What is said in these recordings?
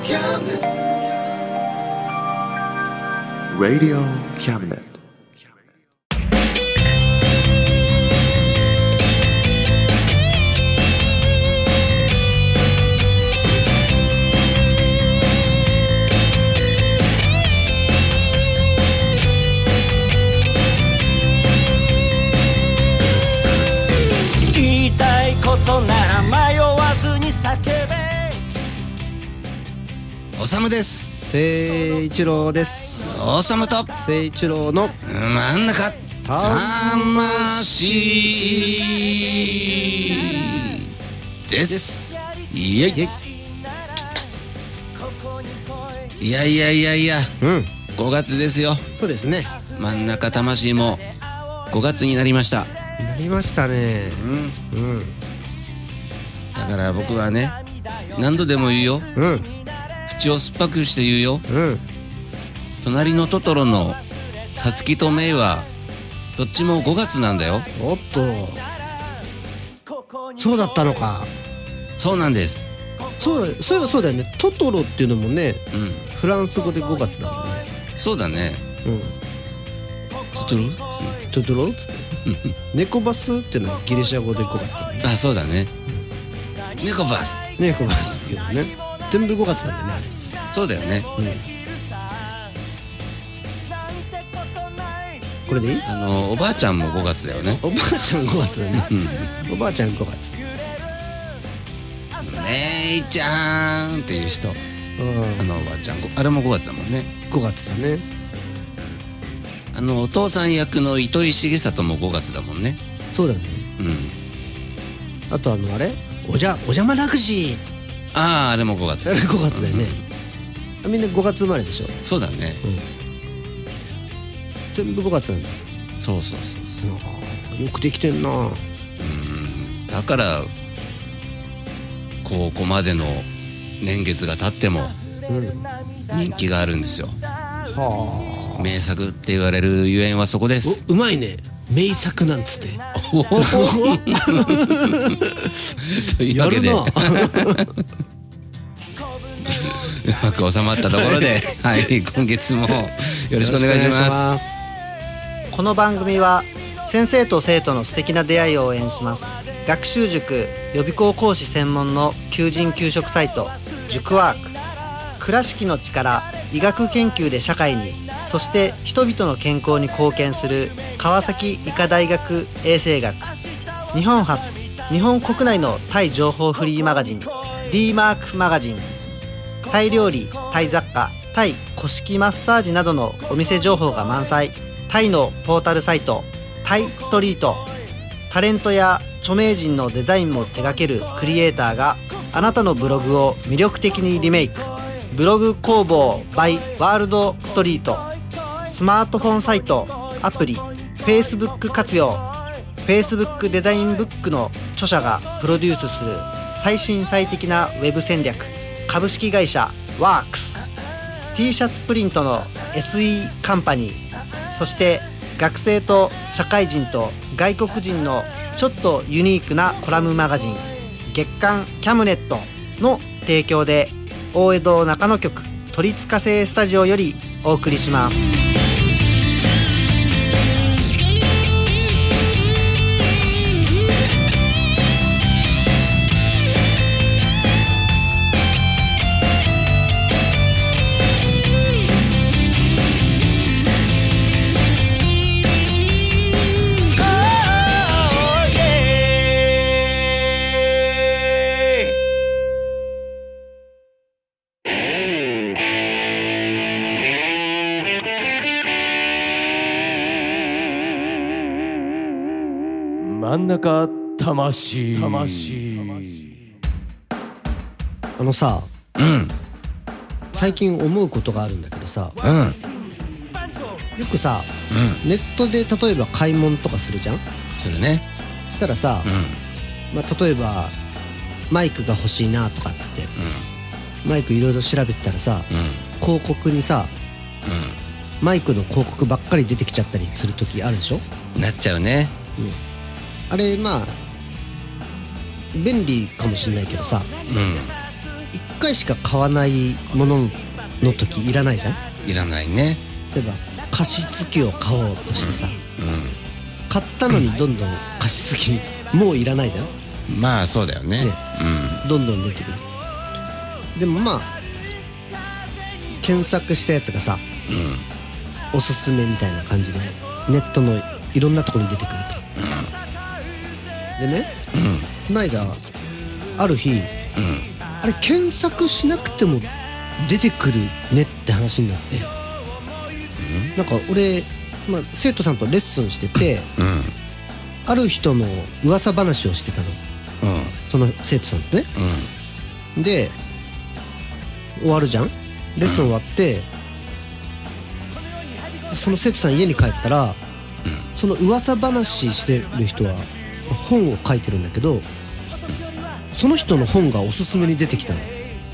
Radio Cabinet. 言いたいことなら迷わずに叫べ。 おさむです。 聖一郎です。 おさむと聖一郎の真ん中魂です。イエイ。いや5月ですよ。 そうですね。 真ん中魂も5月になりました。 なりましたね。 だから僕はね、何度でも言うよ。口を酸っぱくして言うよ。隣のトトロのサツキとメイはどっちも5月なんだよ。 おっと、そうだったのか。 そうなんです。 そういえばそうだよね。トトロっていうのもね、フランス語で5月だもんね。 そうだね。トトロっつって猫バスっていうのはギリシャ語で5月だね。 あ、そうだね。猫バスっていうのね、全部5月なんだよね、あれ。 そうだよね。 これでいい？ おばあちゃんも5月だよね。 おばあちゃん5月だね。おばあちゃん5月。 ねえちゃんっていう人。おばあちゃん、あれも5月だもんね。 5月だね。 お父さん役の糸井重里も5月だもんね。 そうだね。あとあれお邪魔ラグジー。 あれも5月。 あれ5月だよね。みんな5月生まれでしょ。 そうだね。 全部5月なんだ。 そう。 よくできてんな。 だからここまでの年月が経っても人気があるんですよ。名作って言われるゆえんはそこです。 うまいね。名作なんつってというわけでうまく収まったところで今月もよろしくお願いします。 この番組は先生と生徒の素敵な出会いを応援します。学習塾予備校講師専門の求人・求職サイト塾ワーク。倉敷の力、医学研究で社会に、そして人々の健康に貢献する川崎医科大学衛生学。日本初、日本国内のタイ情報フリーマガジン D マークマガジン。タイ料理、タイ雑貨、タイ古式マッサージなどのお店情報が満載。タイのポータルサイトタイストリート。タレントや著名人のデザインも手掛けるクリエイターがあなたのブログを魅力的にリメイク。ブログ工房 by ワールドストリート。スマートフォンサイト、アプリ、Facebook 活用。Facebook デザインブックの著者がプロデュースする最新最適なウェブ戦略。株式会社ワークス。 T シャツプリントの SE カンパニー。そして学生と社会人と外国人のちょっとユニークなコラムマガジン月刊キャムネットの提供で大江戸中野局鳥塚製スタジオよりお送りします。 真ん中魂。 さ、最近思うことがあるんだけどさ、よくさ、ネットで例えば買い物とかするじゃん。 するね。 したらさ、例えばマイクが欲しいなとかっつって、マイクいろいろ調べてたらさ、広告にさ、マイクの広告ばっかり出てきちゃったりする時あるでしょ。 なっちゃうね。 あれ便利かもしんないけどさ、一回しか買わないものの時いらないじゃん。 いらないね。 例えば加湿器を買おうとしてさ、買ったのにどんどん加湿器もういらないじゃん。 まあそうだよね。 どんどん出てくる。でもまあ検索したやつがさ、おすすめみたいな感じでネットのいろんなところに出てくると。でね、この間ある日、あれ検索しなくても出てくるねって話になって、なんか俺、生徒さんとレッスンしてて、ある人の噂話をしてたの、その生徒さんとね、で終わるじゃん。レッスン終わって、その生徒さん家に帰ったら、その噂話してる人は本を書いてるんだけど、その人の本がおすすめに出てきたの。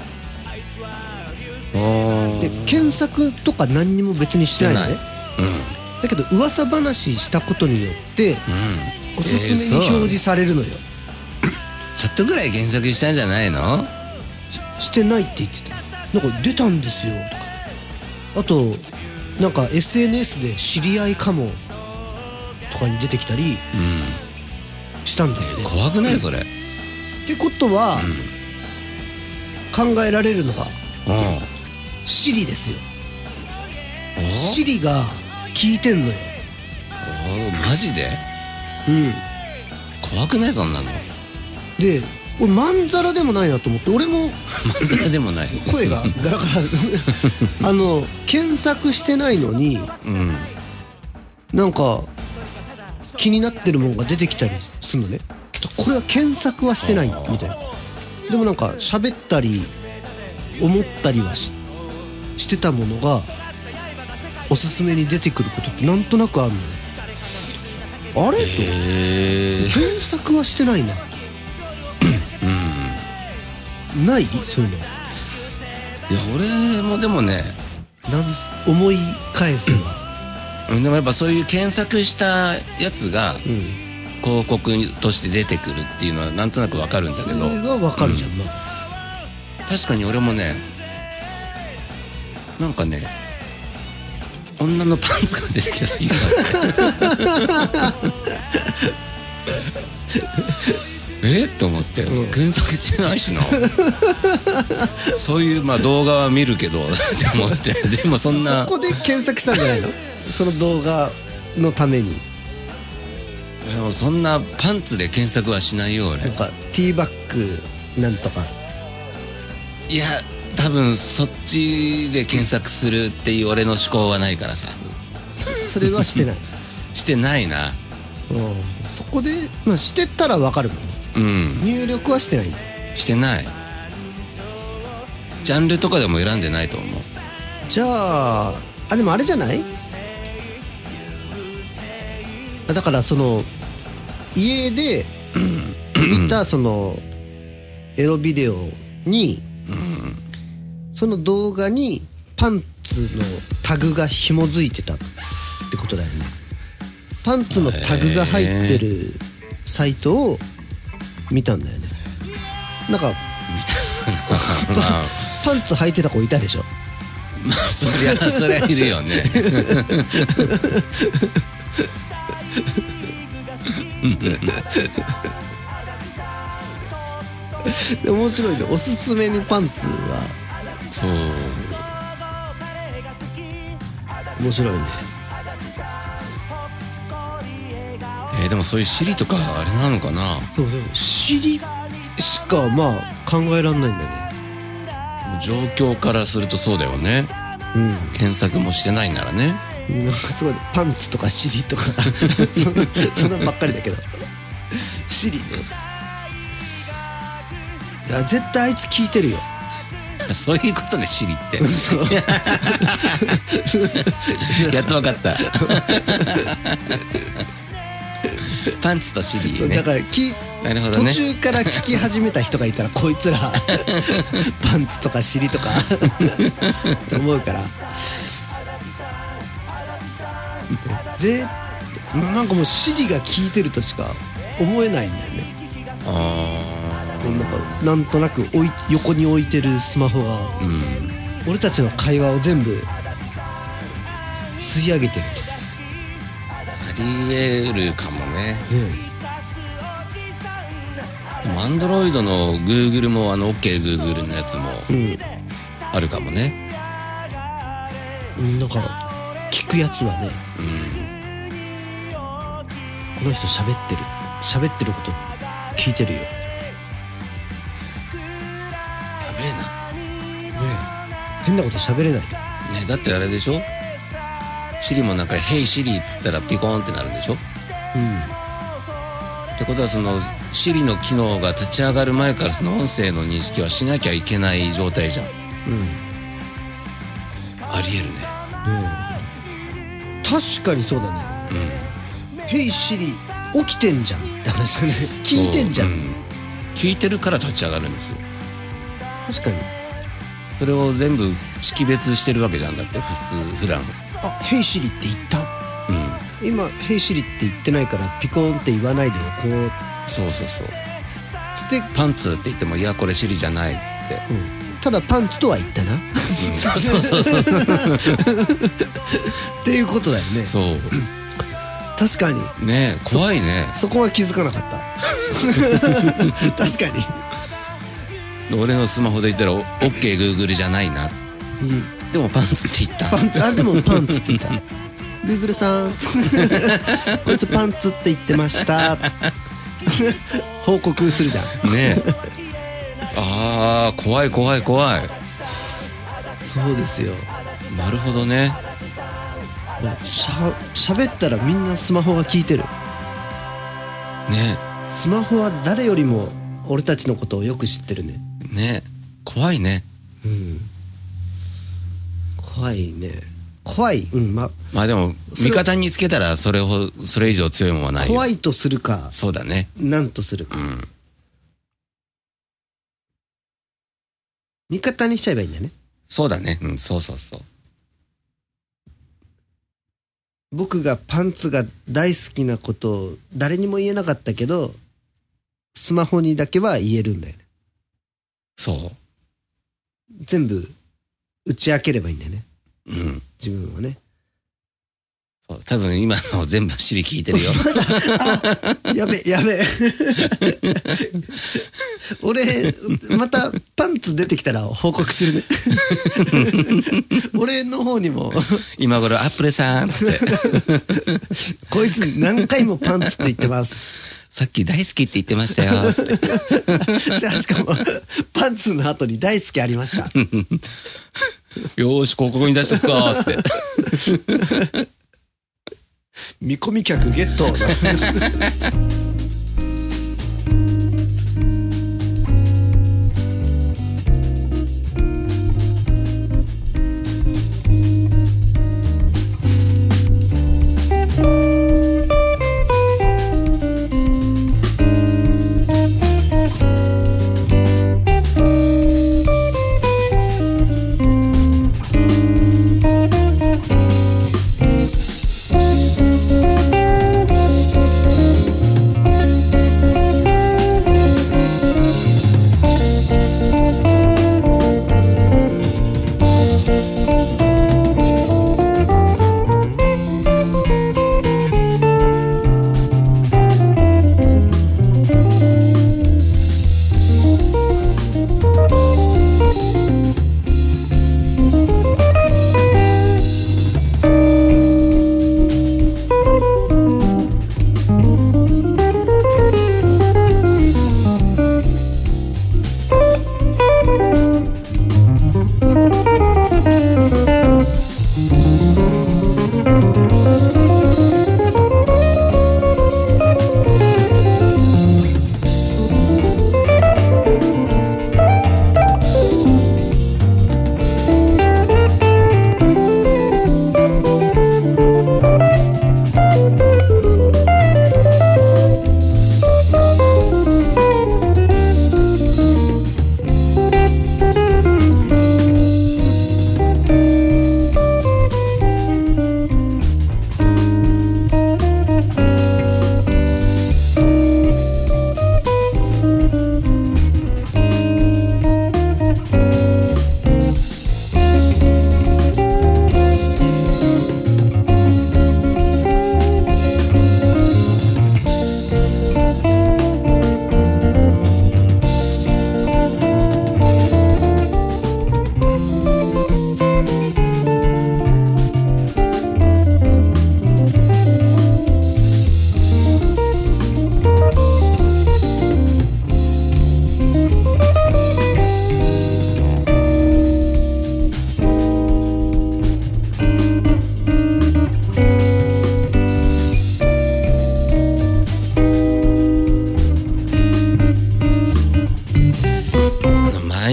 で検索とか何にも別にしてないのね。だけど噂話したことによって、おすすめに表示されるのよ。 ちょっとぐらい検索したんじゃないの？ してないって言ってた。なんか出たんですよとか、あとなんか SNS で知り合いかもとかに出てきたりしたんだよね。 怖くないそれ。 ってことは、考えられるのはシリですよ。シリが聞いてんのよ。 マジで？怖くないそんなの。で俺まんざらでもないなと思って、俺もまんざらでもない声がガラガラ検索してないのに、なんか気になってるものが出てきたりするのね。これは検索はしてないみたいな。でもなんか喋ったり思ったりはしてたものがおすすめに出てくることってなんとなくあるのよ。あれと検索はしてないな。ないそういうの。いや俺もでもね、 思い返せば、 でもやっぱそういう検索したやつが広告として出てくるっていうのはなんとなくわかるんだけど、 それはわかるじゃん。 確かに俺もね、なんかね、女のパンツが出てきた時があってと思って、検索してないしなそういう動画は見るけどって思って、でもそんな、 そこで検索したんじゃないのその動画のために。 でもそんなパンツで検索はしないよ俺。 なんかティーバッグなんとか。 いや多分そっちで検索するっていう俺の思考はないからさ。 それはしてないしてないな。 そこでしてたらわかるもん。入力はしてない。 してない。ジャンルとかでも選んでないと思う。 じゃあでもあれじゃない？だからその家で見たそのエロビデオに、その動画にパンツのタグが紐づいてたってことだよね。パンツのタグが入ってるサイトを見たんだよね。なんかパンツ履いてた子いたでしょ。 そりゃいるよねで面白いね。おすすめにパンツはそう面白いね。 でもそういうシリとかあれなのかな。 そうシリしか考えらんないんだよね。 状況からするとそうだよね。検索もしてないならね。 なんかすごいパンツとかシリとかそんなばっかりだけどシリね。いや絶対あいつ聞いてるよそういうことね、シリってやっと分かったパンツとシリね。 だからなるほどね、 途中から聞き始めた人がいたらこいつらパンツとかシリとかと思うから、なんかもうシリが聞いてるとしか思えないんだよね。 なんとなく横に置いてるスマホが、俺たちの会話を全部吸い上げてるありえるかもね。でもアンドロイドの Google もOKGoogle のやつもあるかもね。 なんか聞くやつはね、この人喋ってること聞いてるよ。やべえな。 変なこと喋れないよ。 ね、だってあれでしょ、シリもなんか「ヘイシリ」っつったらピコーンってなるんでしょ。ってことはそのシリの機能が立ち上がる前からその音声の認識はしなきゃいけない状態じゃん。ありえるね。 確かにそうだね。ヘイシリ起きてんじゃんって話だね。聞いてんじゃん。 聞いてるから立ち上がるんですよ。 確かに。 それを全部識別してるわけじゃん。だって普段ヘイシリって言った、今ヘイシリって言ってないからピコーンって言わないでおこう。 そうでパンツって言ってもいやこれシリじゃないっつって、 ただパンツとは言ったな、 そうっていうことだよね。 そう確かにね。怖いね。 そこは気づかなかった確かに。 俺のスマホで言ったら OKGoogle じゃないな、でもパンツって言ったでもパンツって言ったGoogle さんこいつパンツって言ってました報告するじゃんね。怖い。 そうですよ。 なるほどね。 喋ったらみんなスマホが聞いてるね。 スマホは誰よりも俺たちのことをよく知ってるね。 怖いね。 怖いね。怖い。まあでも味方につけたらそれ以上強いものはないよ。 怖いとするか。 そうだね。 なんとするか。味方にしちゃえばいいんだよね。 そうだね。そう。 僕がパンツが大好きなことを誰にも言えなかったけど、スマホにだけは言えるんだよね。 そう。 全部打ち明ければいいんだよね。自分はね。 そう、多分今の全部シリ聞いてるよ。 やべ俺またパンツ出てきたら報告するね俺の方にも今頃アップルさんっつってこいつ何回もパンツって言ってますさっき大好きって言ってましたよつってじゃあしかもパンツの後に大好きありましたよーしここに出しとくかつって見込み客ゲット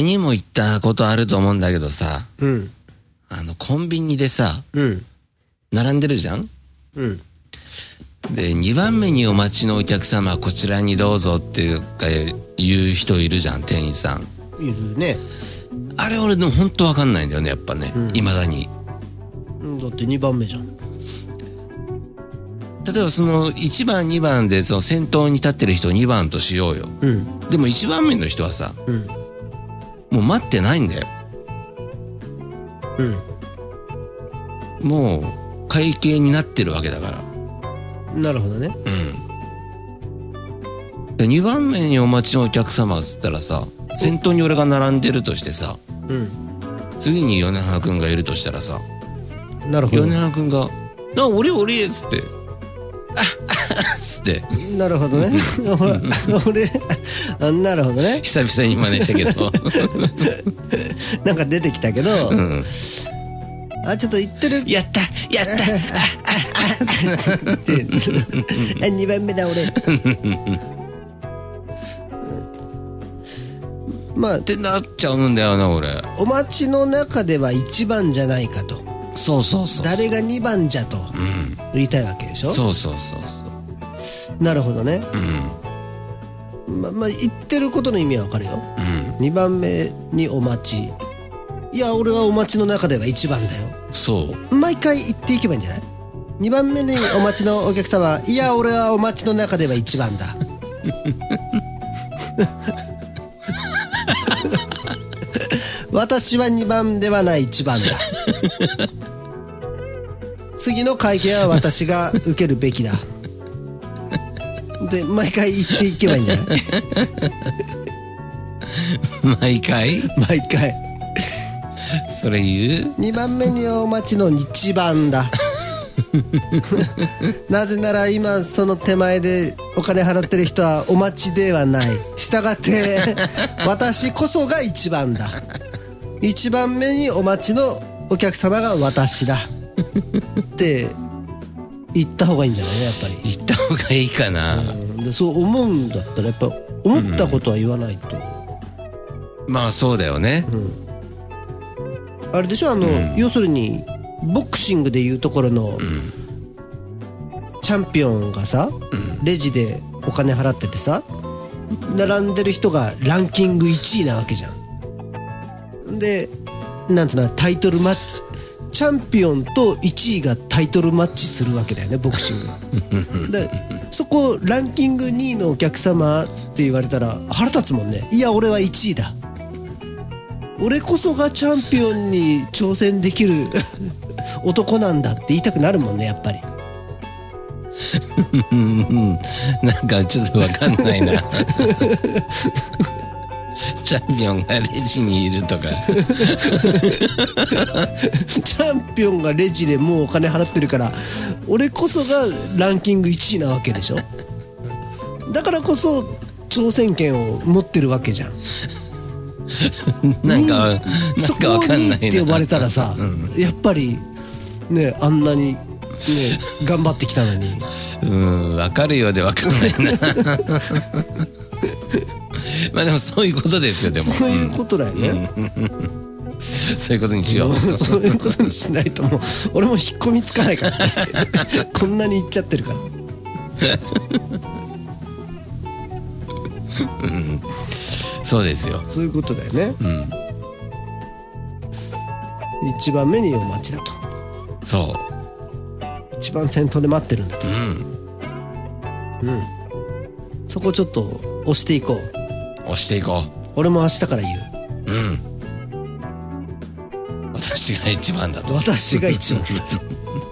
前にも言ったことあると思うんだけどさ、コンビニでさ、並んでるじゃん。で、2番目にお待ちのお客様こちらにどうぞっていうか言う人いるじゃん、店員さん。 いるね。 あれ俺でもほんとわかんないんだよね、やっぱね、未だに。 だって2番目じゃん。 例えばその1番2番でその先頭に立ってる人を2番としようよ。でも1番目の人はさ、もう待ってないんだよ。もう会計になってるわけだから。 なるほどね。 で2番目にお待ちのお客様っつったらさ、先頭に俺が並んでるとしてさ、次に米原くんがいるとしたらさ、 なるほど。 米原くんが「俺」っつって「あっ」つってなるほどね。俺なるほどね。 久々に真似したけどなんか出てきたけど、あ、ちょっと言ってる。 やったやったって2番目だ俺。まあってなっちゃうんだよな俺。 お待ちの中では1番じゃないかと。 そうそうそう。 誰が2番じゃと言いたいわけでしょ。 そうそうそう。 なるほどね。まあ言ってることの意味はわかるよ。2番目にお待ち。いや俺はお待ちの中では1番だよ。 そう。 毎回言っていけばいいんじゃない？ 2 番目にお待ちのお客様、いや俺はお待ちの中では1番だ。私は2番ではない1番だ。次の会計は私が受けるべきだ。で毎回言っていけばいいんじゃない？ 毎回毎回それ言う ？2番目にお待ちの1番だ。なぜなら今その手前でお金払ってる人はお待ちではない。したがって私こそが1番だ。1番目にお待ちのお客様が私だって言った方がいいんじゃない？やっぱり言った方がいいかな。 でそう思うんだったらやっぱ思ったことは言わないと。 まあそうだよね。 あれでしょ、要するにボクシングでいうところのチャンピオンがさ、レジでお金払っててさ、並んでる人がランキング1位なわけじゃん。でなんつうの、タイトルマッチ、チャンピオンと1位がタイトルマッチするわけだよね、ボクシングでそこランキング2位のお客様って言われたら腹立つもんね。いや俺は1位だ、俺こそがチャンピオンに挑戦できる男なんだって言いたくなるもんね、やっぱり。 なんかちょっとわかんないな。チャンピオンがレジにいるとか。 チャンピオンがレジでもうお金払ってるから、俺こそがランキング1位なわけでしょ。だからこそ挑戦権を持ってるわけじゃん。 なんかそこにって呼ばれたらさ、やっぱりね、あんなにね頑張ってきたのに。 分かるようで分かんないな。まあでもそういうことですよ。でもそういうことだよね。 そういうことにしよう。 そういうことにしないともう俺も引っ込みつかないからね。こんなに言っちゃってるから。 そうですよ。 そういうことだよね。1番目にお待ちだと。 そう。 一番先頭で待ってるんだと。そこちょっと押していこう。 押していこう。 俺も明日から言う。 私が一番だと。 私が一番だと。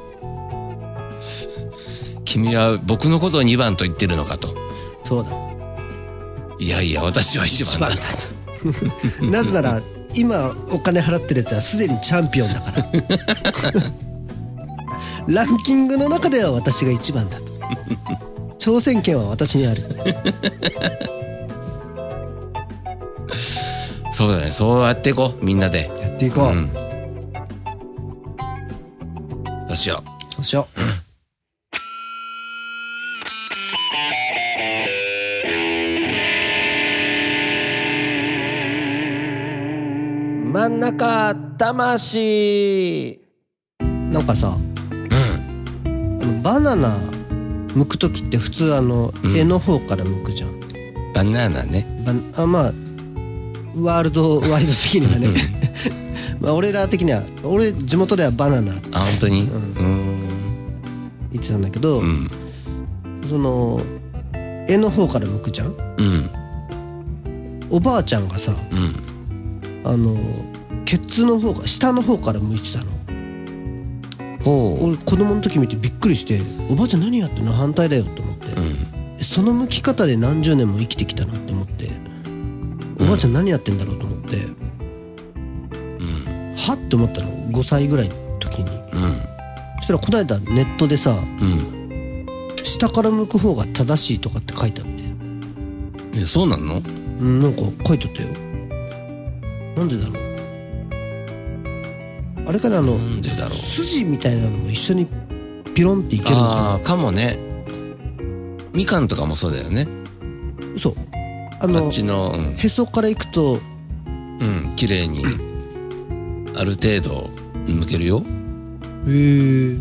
君は僕のことを2番と言ってるのかと。 そうだ。 いやいや私は1番だと。なぜなら今お金払ってるやつはすでにチャンピオンだから。ランキングの中では私が1番だと。挑戦権は私にある。 そうだね、そうやっていこう、みんなでやっていこう。 そうしよう。そうしよう。 真ん中魂。 なんかさ、バナナ剥く時って普通柄の方から剥くじゃん。 バナナね。 まあワールドワイド的にはねまあ俺ら的には、俺地元ではバナナってあ、本当に、 言ってたんだけど、その柄の方から剥くじゃん。おばあちゃんがさ、ケツの方が下の方から剥いてたの。俺子供の時見てびっくりして、おばあちゃん何やってんの、反対だよと思って、その剥き方で何十年も生きてきたなって思って、おばあちゃん何やってんだろうと思って、はって思ったの、5歳ぐらいの時に。そしたらこの間ネットでさ、下から剥く方が正しいとかって書いてあって。 そうなの？ なんか書いてあったよ。なんでだろう。あれかな、 なんでだろう。 筋みたいなのも一緒にピロンっていけるのかな。 かもね。みかんとかもそうだよね。 そう。 あっちの、 へそからいくと、 綺麗にある程度剥けるよ。 へえ。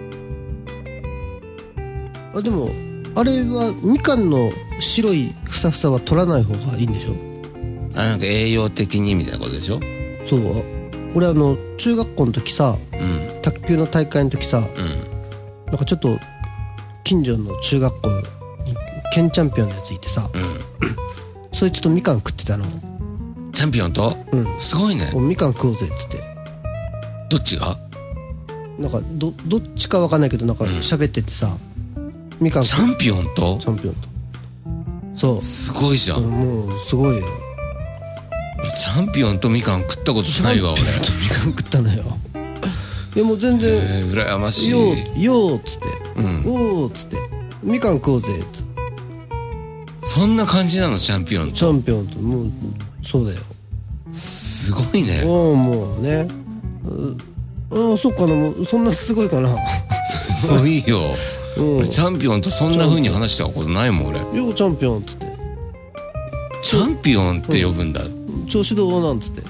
でもあれはみかんの白いふさふさは取らない方がいいんでしょ。 なんか栄養的にみたいなことでしょ。 そう。俺中学校の時さ、卓球の大会の時さ、なんかちょっと近所の中学校に県チャンピオンのやついてさ、そいつとみかん食ってたの。 チャンピオンと？すごいね。 みかん食おうぜっつって。 どっちが？ なんかどっちかわかんないけど、なんか喋っててさ、みかんチャンピオンと？ チャンピオンと。そう。 すごいじゃん。 もうすごいよ。 チャンピオンとみかん食ったことないわ俺。 チャンピオンとみかん食ったのよ。いやもう全然羨ましい。 よーっつって、おーっつって、みかん食おうぜっつって。 そんな感じなの、チャンピオンと？ チャンピオンと、もうそうだよ。 すごいね。 もうね。そっかな、もうそんなすごいかな。 すごいよ。俺チャンピオンとそんな風に話したことないもん俺。 よチャンピオンっつって。 チャンピオンって呼ぶんだ。 調子どうなんつって。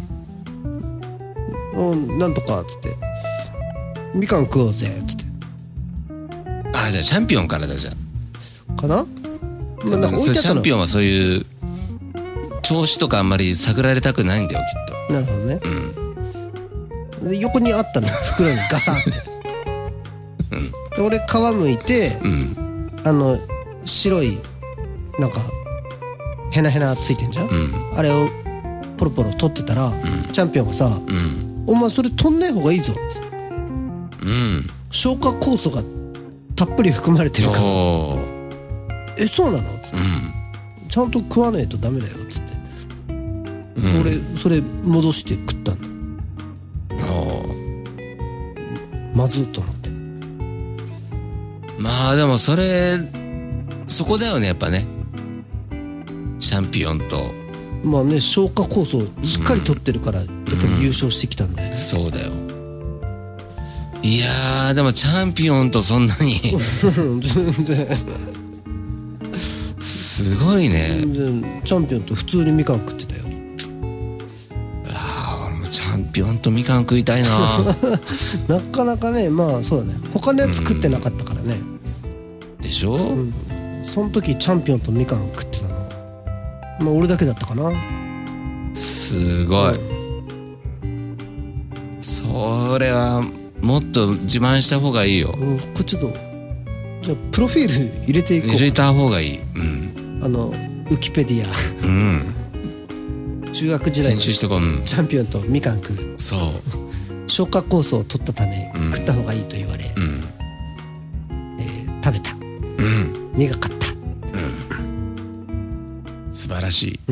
なんとかっつって。みかん食おうぜっつって。 じゃあチャンピオンからだじゃん。 かな？なんか置いてあったの。 チャンピオンはそういう調子とかあんまり探られたくないんだよきっと。 なるほどね。で横にあったの、袋にガサって。で俺皮むいて、白いなんかヘナヘナついてんじゃん。あれをポロポロ取ってたら、チャンピオンがさ、お前それ取んない方がいいぞって。消化酵素がたっぷり含まれてるから。そうなのっつって、ちゃんと食わねえとダメだよっつって、俺それ戻して食ったんだ。まずっと思って。 まあでもそこだよねやっぱね、チャンピオンと。 まあね、消化酵素をしっかり取ってるからやっぱり優勝してきたんだよ。 そうだよ。いやーでもチャンピオンとそんなに全然すごいね。 全然チャンピオンと普通にみかん食ってたよ。 俺もチャンピオンとみかん食いたいな。 なかなかね、まあそうだね、他のやつ食ってなかったからね。 でしょ。 その時チャンピオンとみかん食ってたの、まあ俺だけだったかな。 すごい、それはもっと自慢した方がいいよ。 これちょっとじゃあプロフィール入れていこう。 入れた方がいい。 ウキペディア。中学時代にチャンピオンとみかん食う。 そう。 消化酵素を取ったため、食った方がいいと言われ、食べた。苦かった。 素晴らしい。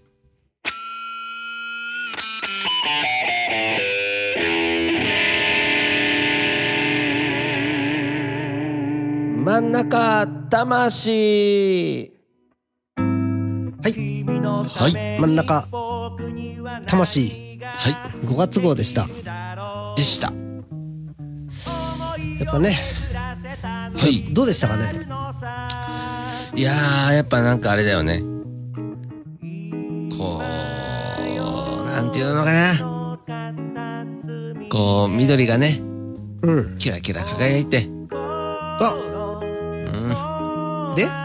真ん中魂。 はい。 真ん中魂。 はい。 5月号でした。 でした。 やっぱね。 はい。 どうでしたかね。 いやーやっぱなんかあれだよね。こうなんていうのかな。 こう緑がねうんキラキラ輝いて、 あで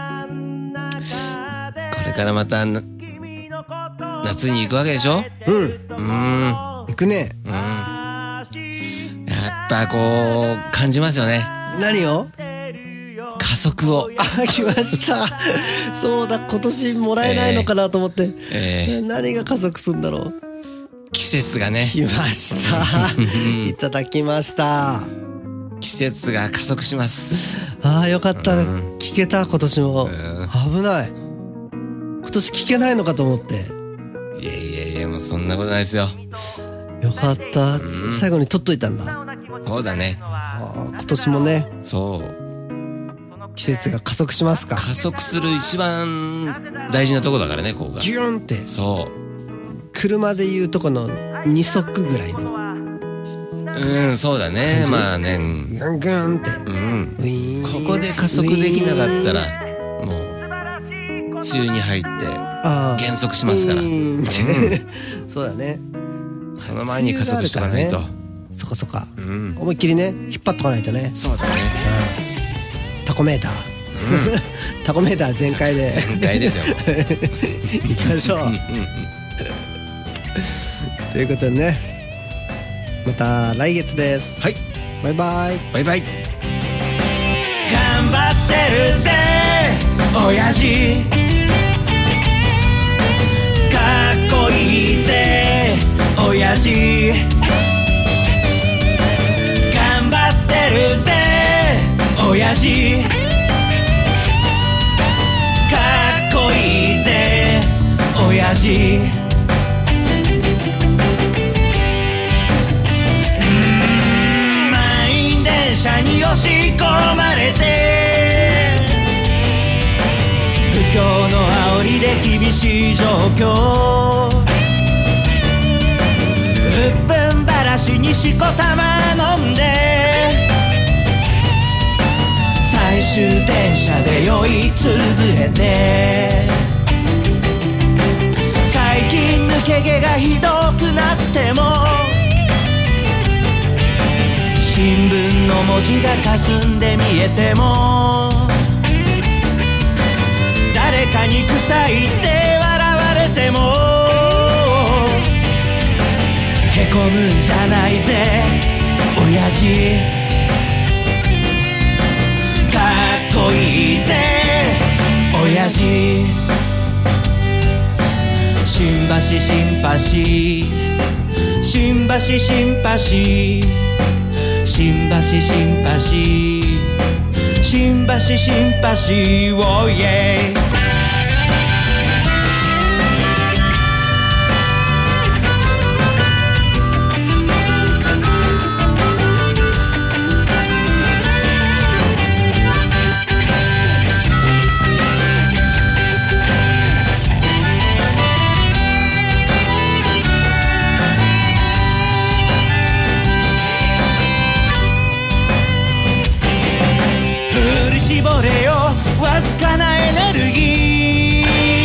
これからまた夏に行くわけでしょ。 行くね。 やっぱこう感じますよね、 何を？ 加速を。 あ、来ましたそうだ、今年もらえないのかなと思って、何が加速するんだろう。 季節がね、 来ましたいただきました。 季節が加速します。 ああ、よかった、聞けた。今年も危ない、今年聞けないのかと思って。 いやもうそんなことないですよ。 よかった、最後に取っといたんだ。 そうだね。 今年もね、 そう季節が加速しますか。 加速する一番大事なとこだからね、ここがギュンって。 そう車でいうとこの2速ぐらいの。 そうだね。まあね、 グングンって、ウィーン。 ここで加速できなかったらもう梅雨に入って減速しますから。 そうだね。 その前に加速しとかないと。 そこそこ思いっきりね、引っ張っとかないとね。 そうだね。 タコメータータコメーター全開で全開ですよ行きましょうということでね、また来月です。 はい、 バイバイ。 バイバイ。 頑張ってるぜ親父、かっこいいぜ親父、頑張ってるぜ親父、かっこいいぜ親父。満員電車に押し込まれて、不況の煽りで厳しい状況、うっぷんばらしにしこたま飲んで、最終電車で酔いつぶれて、最近抜け毛がひどくなっても、新聞の文字が霞んで見えても、誰かに臭いって笑われても、へこむんじゃないぜ親父、かっこいいぜ親父。新橋新橋新橋新橋新橋新橋新橋新橋おいえい。絞れよわずかなエネルギ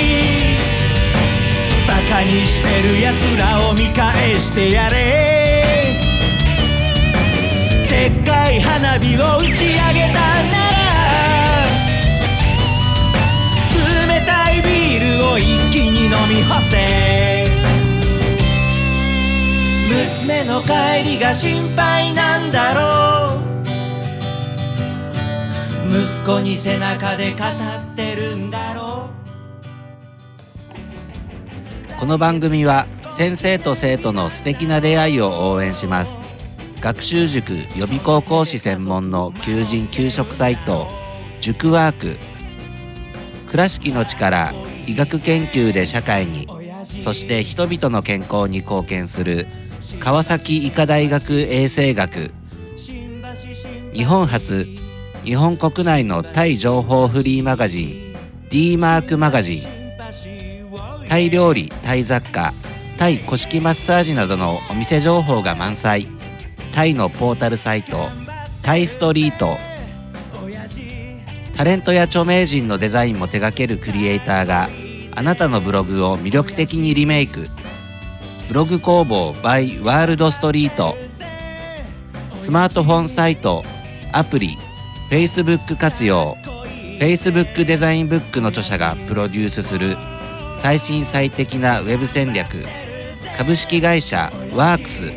ー、バカにしてるやつらを見返してやれ、でっかい花火を打ち上げたなら、冷たいビールを一気に飲み干せ、娘の帰りが心配なんだろう、息子に背中で語ってるんだろう。この番組は先生と生徒の素敵な出会いを応援します。学習塾予備校講師専門の求人・求職サイト塾ワーク、倉敷の力、医学研究で社会に、そして人々の健康に貢献する川崎医科大学衛生学、日本初日本国内のタイ情報フリーマガジン D マークマガジン、タイ料理、タイ雑貨、タイ古式マッサージなどのお店情報が満載、タイのポータルサイトタイストリート、タレントや著名人のデザインも手掛けるクリエイターがあなたのブログを魅力的にリメイク、ブログ工房 by ワールドストリート、 スマートフォンサイト、アプリ、Facebook 活用、Facebook デザインブックの著者がプロデュースする最新最適なウェブ戦略、株式会社ワークス。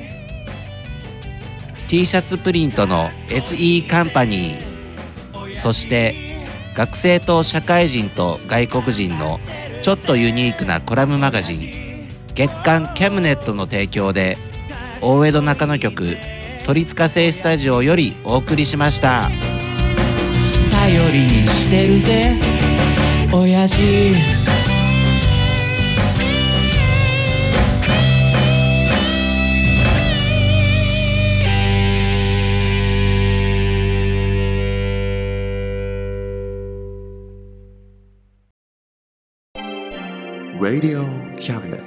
T シャツプリントの SE カンパニー、そして学生と社会人と外国人のちょっとユニークなコラムマガジン、月刊キャムネットの提供で大江戸中野局鳥塚製スタジオよりお送りしました。 頼りにしてるぜ親父。 Radio Cabinet.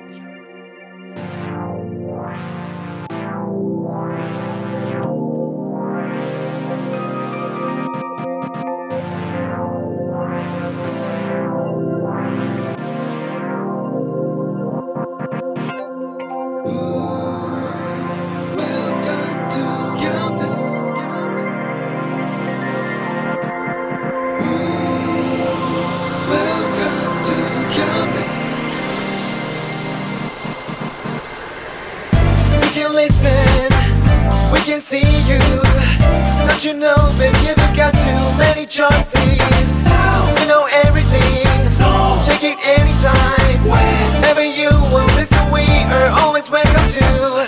You know, baby, you've got too many choices. You know everything, so check it anytime. Whenever you will listen, we are always welcome to.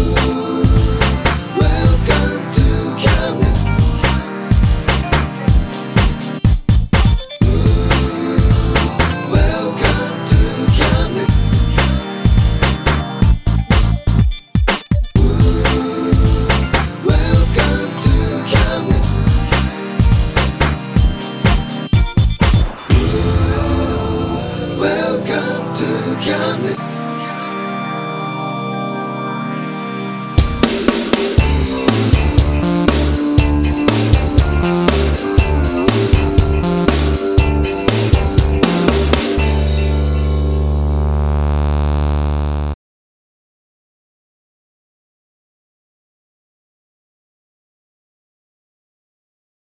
Welcome to Camden. Welcome to Camden. Welcome to Camden. Welcome to Camden.